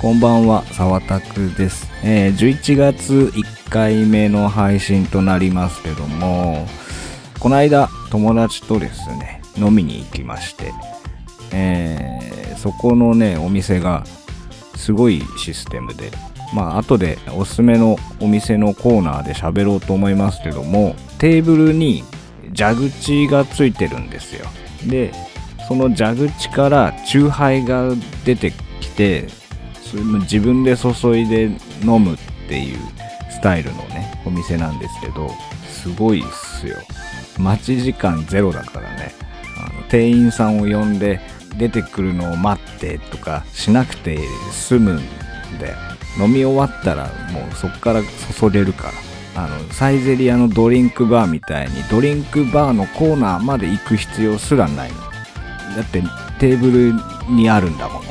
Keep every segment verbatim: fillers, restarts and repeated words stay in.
こんばんは、沢拓です、えー。じゅういちがついっかいめの配信となりますけども、この間友達とですね、飲みに行きまして、えー、そこのね、お店がすごいシステムで、まあ後でおすすめのお店のコーナーで喋ろうと思いますけども、テーブルに蛇口がついてるんですよ。で、その蛇口からチューハイが出てきて、それも自分で注いで飲むっていうスタイルのねお店なんですけど、すごいっすよ。待ち時間ゼロだからね、あの店員さんを呼んで出てくるのを待ってとかしなくて済むんで、飲み終わったらもうそっから注げるから、あのサイゼリヤのドリンクバーみたいにドリンクバーのコーナーまで行く必要すらないの。だってテーブルにあるんだもの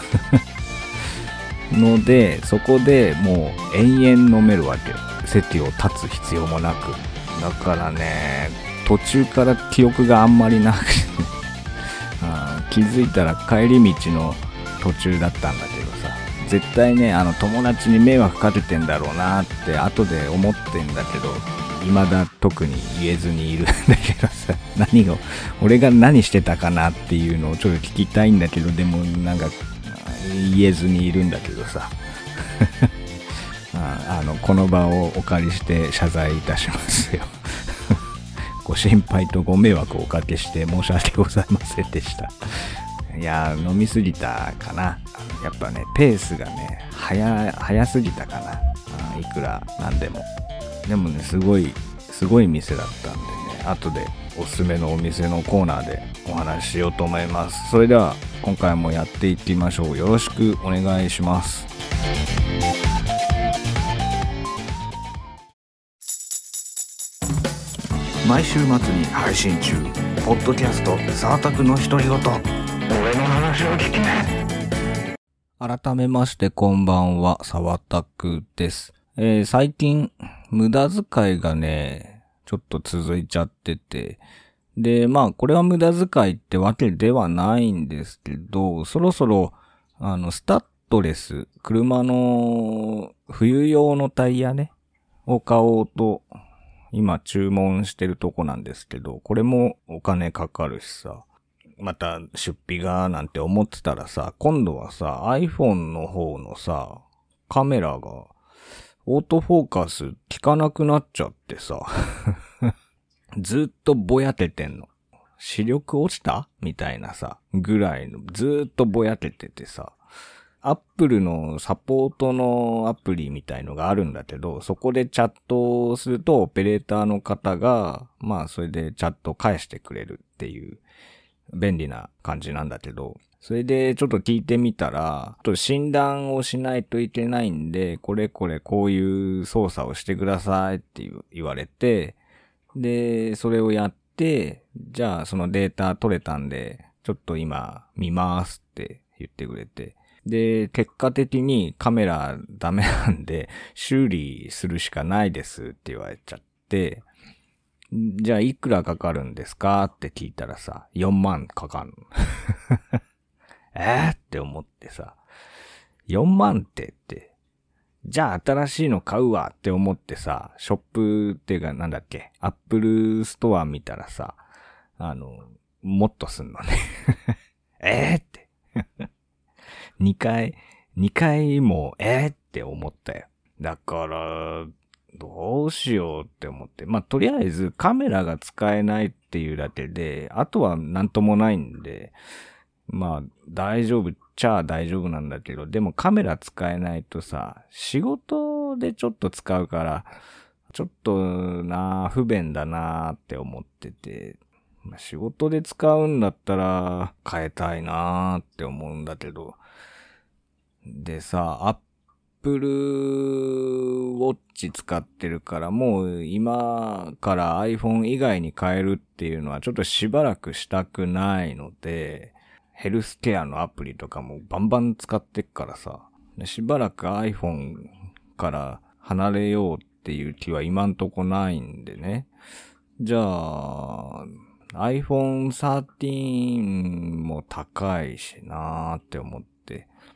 ので、そこでもう延々飲めるわけよ。席を立つ必要もなく。だからね、途中から記憶があんまりなくてあ、気づいたら帰り道の途中だったんだけどさ、絶対ね、あの友達に迷惑かけてんだろうなって後で思ってんだけど、未だ特に言えずにいるんだけどさ、何を俺が何してたかなっていうのをちょっと聞きたいんだけど、でもなんか言えずにいるんだけどさあ, あのこの場をお借りして謝罪いたしますよご心配とご迷惑をおかけして申し訳ございませんでした。いやー、飲みすぎたかな。やっぱね、ペースがね早早すぎたかな。あ、いくらなんでもでもね、すごいすごい店だったんでね、後でおすすめのお店のコーナーでお話ししようと思います。それでは今回もやっていきましょう。よろしくお願いします。毎週末に配信中、ポッドキャスト沢拓の独り言。俺の話を聞きね。改めましてこんばんは、沢拓です。えー、最近無駄遣いがねちょっと続いちゃってて、でまあこれは無駄遣いってわけではないんですけど、そろそろあのスタッドレス、車の冬用のタイヤねを買おうと今注文してるとこなんですけど、これもお金かかるしさ、また出費がなんて思ってたらさ、今度はさ iPhone の方のさカメラがオートフォーカス効かなくなっちゃってさずっとぼやけてんの。視力落ちたみたいなさぐらいのずっとぼやけててさ、アップルのサポートのアプリみたいのがあるんだけど、そこでチャットをするとオペレーターの方がまあそれでチャット返してくれるっていう便利な感じなんだけど、それでちょっと聞いてみたら、ちょっと診断をしないといけないんで、これこれこういう操作をしてくださいって言われて、でそれをやって、じゃあそのデータ取れたんでちょっと今見ますって言ってくれて、で結果的にカメラダメなんで修理するしかないですって言われちゃって、じゃあいくらかかるんですかって聞いたらさ、よんまんかかるえーって思ってさ、よんまんってって、じゃあ新しいの買うわって思ってさ、ショップっていうかなんだっけ、アップルストア見たらさ、あのもっとすんのねえーってにかいにかいもえーって思ったよ。だからどうしようって思って、まあとりあえずカメラが使えないっていうだけで、あとはなんともないんで、まあ大丈夫っちゃ大丈夫なんだけど、でもカメラ使えないとさ、仕事でちょっと使うからちょっとな不便だなって思ってて、まあ、仕事で使うんだったら変えたいなって思うんだけど、でさ、アップルウォッチ使ってるから、もう今から iPhone 以外に変えるっていうのはちょっとしばらくしたくないので、ヘルスケアのアプリとかもバンバン使ってっからさ、しばらく iPhone から離れようっていう気は今んとこないんでね。じゃあ アイフォンサーティーン も高いしなーって思って、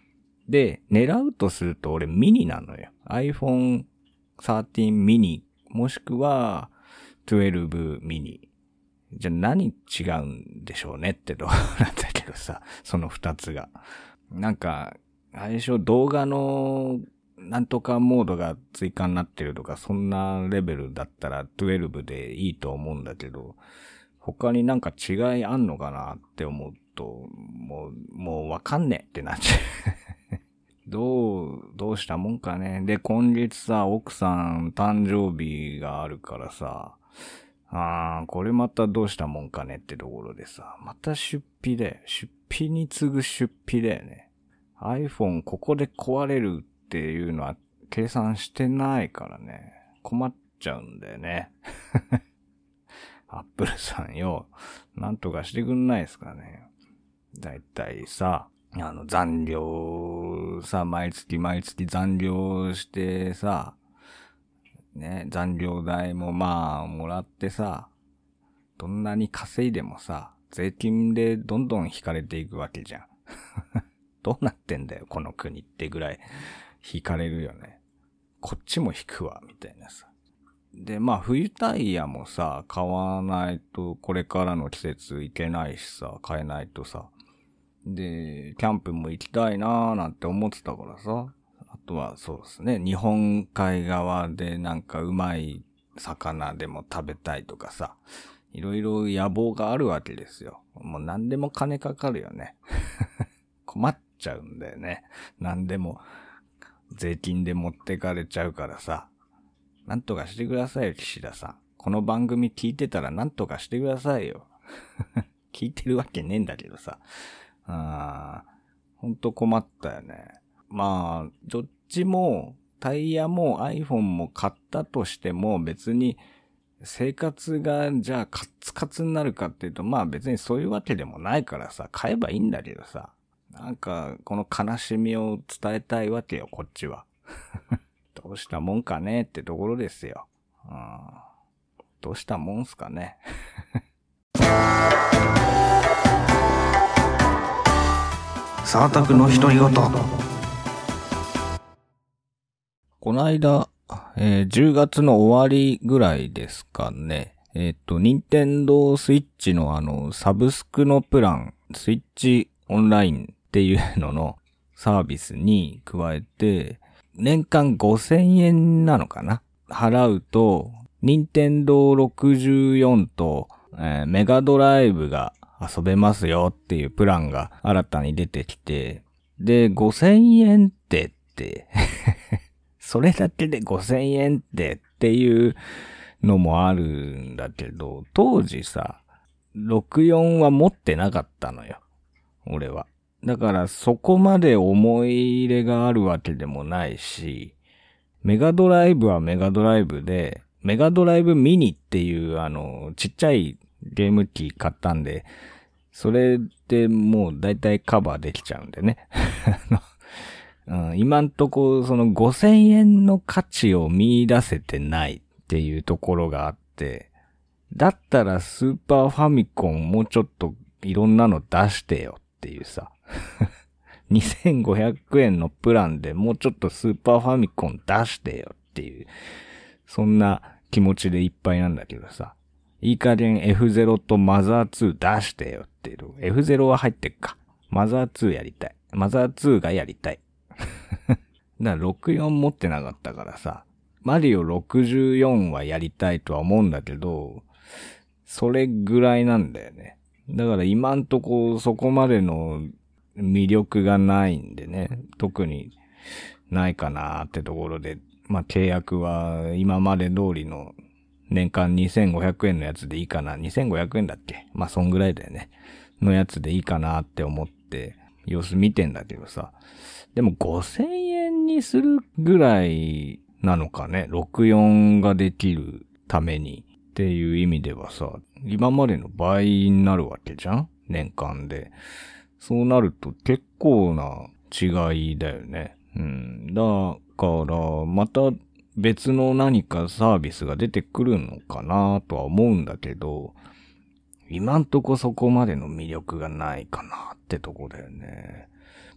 で、狙うとすると俺ミニなのよ。アイフォンサーティーン ミニ、もしくはじゅうにミニ。じゃあ何違うんでしょうねってとこなんだけどさ、その二つが。なんか、最初動画のなんとかモードが追加になってるとか、そんなレベルだったらじゅうにでいいと思うんだけど、他になんか違いあんのかなって思うと、もう、もうわかんねえってなっちゃう。どう、どうしたもんかね。で、今月さ、奥さん誕生日があるからさ、あー、これまたどうしたもんかねってところでさ、また出費で、出費に次ぐ出費だよね。iPhone ここで壊れるっていうのは計算してないからね。困っちゃうんだよね。アップルさんよ、なんとかしてくんないですかね。だいたいさ、あの残業さ、毎月毎月残業してさ、ね、残業代もまあもらってさ、どんなに稼いでもさ、税金でどんどん引かれていくわけじゃん。どうなってんだよ、この国ってぐらい引かれるよね。こっちも引くわ、みたいなさ。で、まあ冬タイヤもさ、買わないとこれからの季節行けないしさ、買えないとさ。で、キャンプも行きたいなーなんて思ってたからさ。あとはそうですね、日本海側でなんかうまい魚でも食べたいとかさ。いろいろ野望があるわけですよ。もう何でも金かかるよね。困っちゃうんだよね。何でも税金で持ってかれちゃうからさ。なんとかしてくださいよ、岸田さん。この番組聞いてたらなんとかしてくださいよ。聞いてるわけねえんだけどさ。あー、ほんと困ったよね。まあ、どっちも、タイヤも iPhone も買ったとしても別に生活がじゃあカツカツになるかっていうと、まあ別にそういうわけでもないからさ、買えばいいんだけどさ。なんか、この悲しみを伝えたいわけよ、こっちは。どうしたもんかねってところですよ。うん、どうしたもんすかね。 沢田くんの独り言。 この間、えー、じゅうがつの終わりぐらいですかね。えっと、任天堂スイッチのあの、サブスクのプラン、スイッチオンラインっていうののサービスに加えて、年間ごせんえんなのかな払うと、任天堂ろくじゅうよんと、えー、メガドライブが遊べますよっていうプランが新たに出てきて、で、ごせんえんってって、それだけでごせんえんってっていうのもあるんだけど、当時さ、ろくじゅうよんは持ってなかったのよ。俺は。だからそこまで思い入れがあるわけでもないし、メガドライブはメガドライブで、メガドライブミニっていうあの、ちっちゃいゲーム機買ったんで、それでもうだいたいカバーできちゃうんでね。うん、今んとこそのごせんえんの価値を見出せてないっていうところがあって、だったらスーパーファミコンもうちょっといろんなの出してよっていうさ。にせんごひゃくえんのプランでもうちょっとスーパーファミコン出してよっていう、そんな気持ちでいっぱいなんだけどさ。いい加減 エフゼロ とマザーツー出してよっていう。エフゼロ は入ってっか。マザーツーやりたい。マザーツーがやりたい。だからろくじゅうよん持ってなかったからさ。マリオろくじゅうよんはやりたいとは思うんだけど、それぐらいなんだよね。だから今んとこそこまでの魅力がないんでね。特にないかなーってところで、まあ契約は今まで通りの年間にせんごひゃくえんのやつでいいかな。にせんごひゃくえんだっけ？まあそんぐらいだよね。のやつでいいかなって思って様子見てんだけどさ。でもごせんえんにするぐらいなのかね。ろくじゅうよんができるためにっていう意味ではさ、今までの倍になるわけじゃん？年間で。そうなると結構な違いだよね。うん。だから、また別の何かサービスが出てくるのかなとは思うんだけど、今んとこそこまでの魅力がないかなってとこだよね。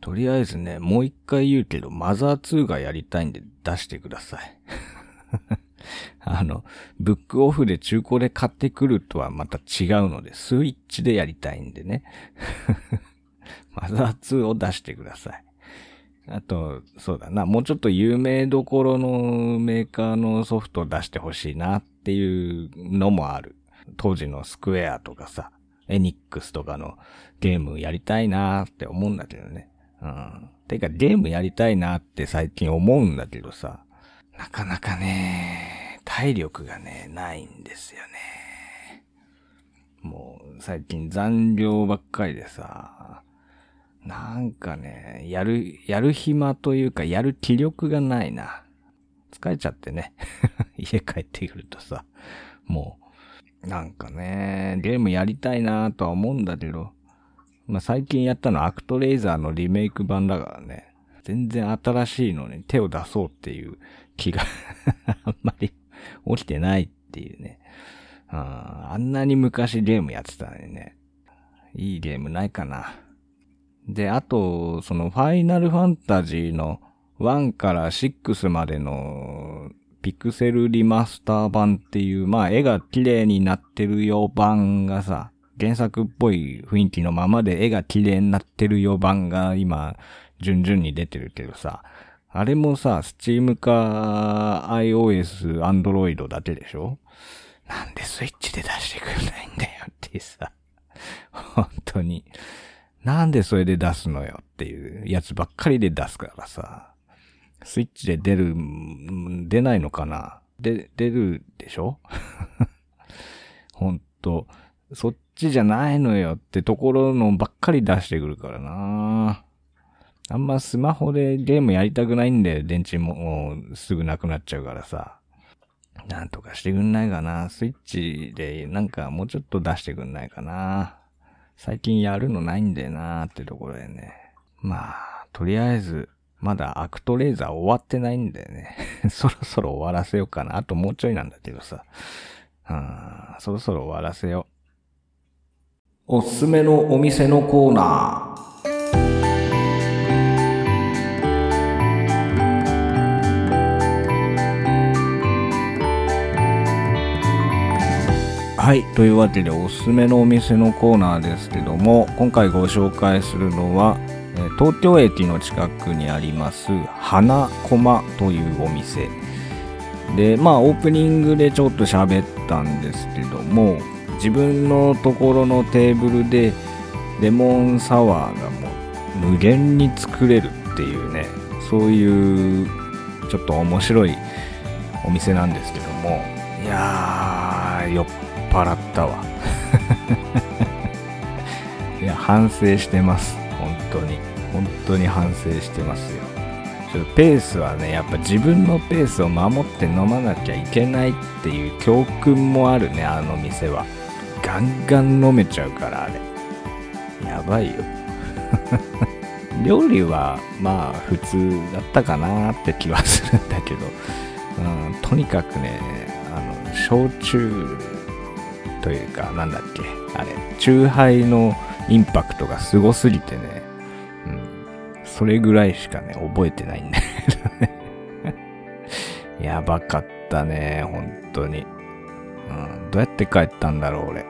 とりあえずね、もう一回言うけど、マザーツーがやりたいんで出してください。あの、ブックオフで中古で買ってくるとはまた違うので、スイッチでやりたいんでね。マザーツーを出してください。あと、そうだな、もうちょっと有名どころのメーカーのソフトを出してほしいなっていうのもある。当時のスクエアとかさ、エニックスとかのゲームやりたいなって思うんだけどね。うん。てかゲームやりたいなって最近思うんだけどさ、なかなかね、体力がね、ないんですよね。もう最近残業ばっかりでさ、なんかね、やる、やる暇というかやる気力がないな。疲れちゃってね。家帰ってくるとさ、もう、なんかね、ゲームやりたいなとは思うんだけど、まあ、最近やったのはアクトレイザーのリメイク版だからね。全然新しいのに手を出そうっていう気があんまり起きてないっていうね。あ, あんなに昔ゲームやってたのにね。いいゲームないかな。で、あと、そのファイナルファンタジーのワンからシックスまでのピクセルリマスター版っていう、まあ絵が綺麗になってるよ版がさ、原作っぽい雰囲気のままで絵が綺麗になってるよ版が今、順々に出てるけどさ、あれもさ、スチームか iOS、Android だけでしょ？なんでスイッチで出してくれないんだよってさ、本当に。なんでそれで出すのよっていうやつばっかりで出すからさ、スイッチで出る、出ないのかな？で、出るでしょ？ほんと、そっちじゃないのよってところのばっかり出してくるからな。あんまスマホでゲームやりたくないんだよ。電池ももうすぐなくなっちゃうからさ。なんとかしてくんないかな。スイッチでなんかもうちょっと出してくんないかな。最近やるのないんだよなーってところでね。まあ、とりあえず、まだアクトレーザー終わってないんだよね。そろそろ終わらせようかな。あともうちょいなんだけどさ。あそろそろ終わらせよう。おすすめのお店のコーナー。はい。というわけで、おすすめのお店のコーナーですけども、今回ご紹介するのは、東京駅の近くにあります、花駒というお店。で、まあ、オープニングでちょっと喋ったんですけども、自分のところのテーブルで、レモンサワーがもう無限に作れるっていうね、そういう、ちょっと面白いお店なんですけども、いやー、酔っ払ったわ。いや、反省してます。本当に。本当に反省してますよ。ちょっとペースはね、やっぱ自分のペースを守って飲まなきゃいけないっていう教訓もあるね、あの店は。ガンガン飲めちゃうから、あれ。やばいよ。料理は、まあ、普通だったかなって気はするんだけど、うん、とにかくね、あの、焼酎というか、なんだっけ、あれ、酎ハイのインパクトがすごすぎてね、うん、それぐらいしかね、覚えてないんだけどね。やばかったね、本当に、うん。どうやって帰ったんだろう、俺。うん、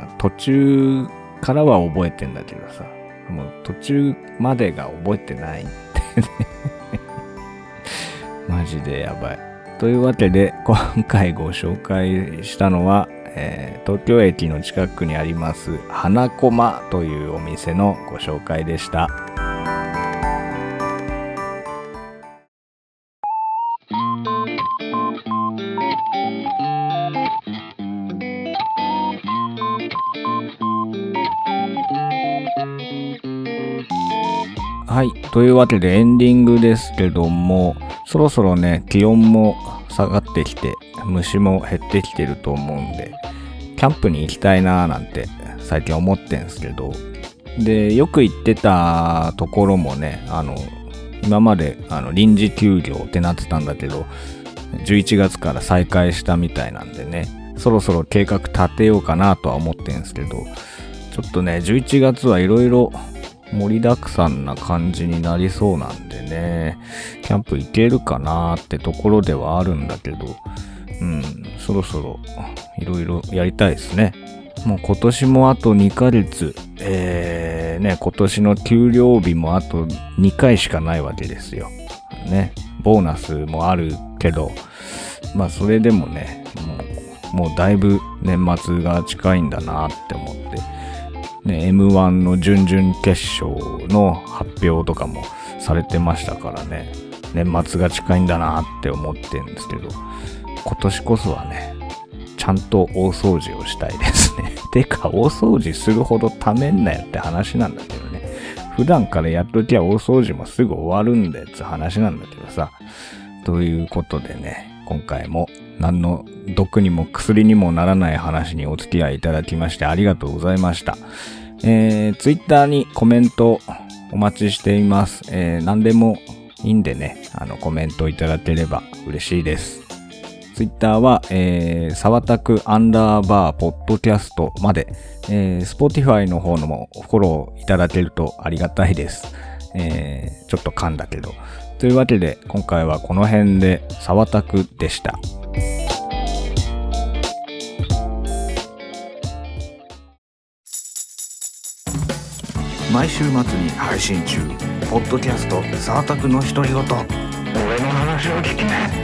途中からは覚えてんだけどさ、もう途中までが覚えてないってね。マジでやばい。というわけで、今回ご紹介したのは、えー、東京駅の近くにあります花駒というお店のご紹介でした。はい。というわけでエンディングですけども、そろそろね、気温も下がってきて、虫も減ってきてると思うんで、キャンプに行きたいなーなんて最近思ってんすけど、で、よく行ってたところもね、あの、今まであの臨時休業ってなってたんだけど、じゅういちがつから再開したみたいなんでね、そろそろ計画立てようかなとは思ってんすけど、ちょっとね、じゅういちがつはいろいろ盛りだくさんな感じになりそうなんでね、キャンプ行けるかなーってところではあるんだけど、うん、そろそろいろいろやりたいですね。もう今年もあとにかげつ、えー、ね、今年の給料日もあとにかいしかないわけですよ。ね、ボーナスもあるけど、まあそれでもね、もう、もうだいぶ年末が近いんだなって思って、ね、エムワン の準々決勝の発表とかもされてましたからね、年末が近いんだなって思ってるんですけど、今年こそはね、ちゃんと大掃除をしたいですね。てか、大掃除するほどためんなよって話なんだけどね。普段からやっときゃ大掃除もすぐ終わるんだよって話なんだけどさ。ということでね、今回も何の毒にも薬にもならない話にお付き合いいただきましてありがとうございました。えー、ツイッターにコメントお待ちしています。えー、何でもいいんでね、あのコメントいただければ嬉しいです。ツイッターは、えー、さわたくアンダーバーポッドキャストまで、えー、Spotify の方のもフォローいただけるとありがたいです。えー、ちょっと噛んだけど。というわけで、今回はこの辺でさわたくでした。 毎週末に配信中、ポッドキャストさわたくの独り言。俺の話を聞きね。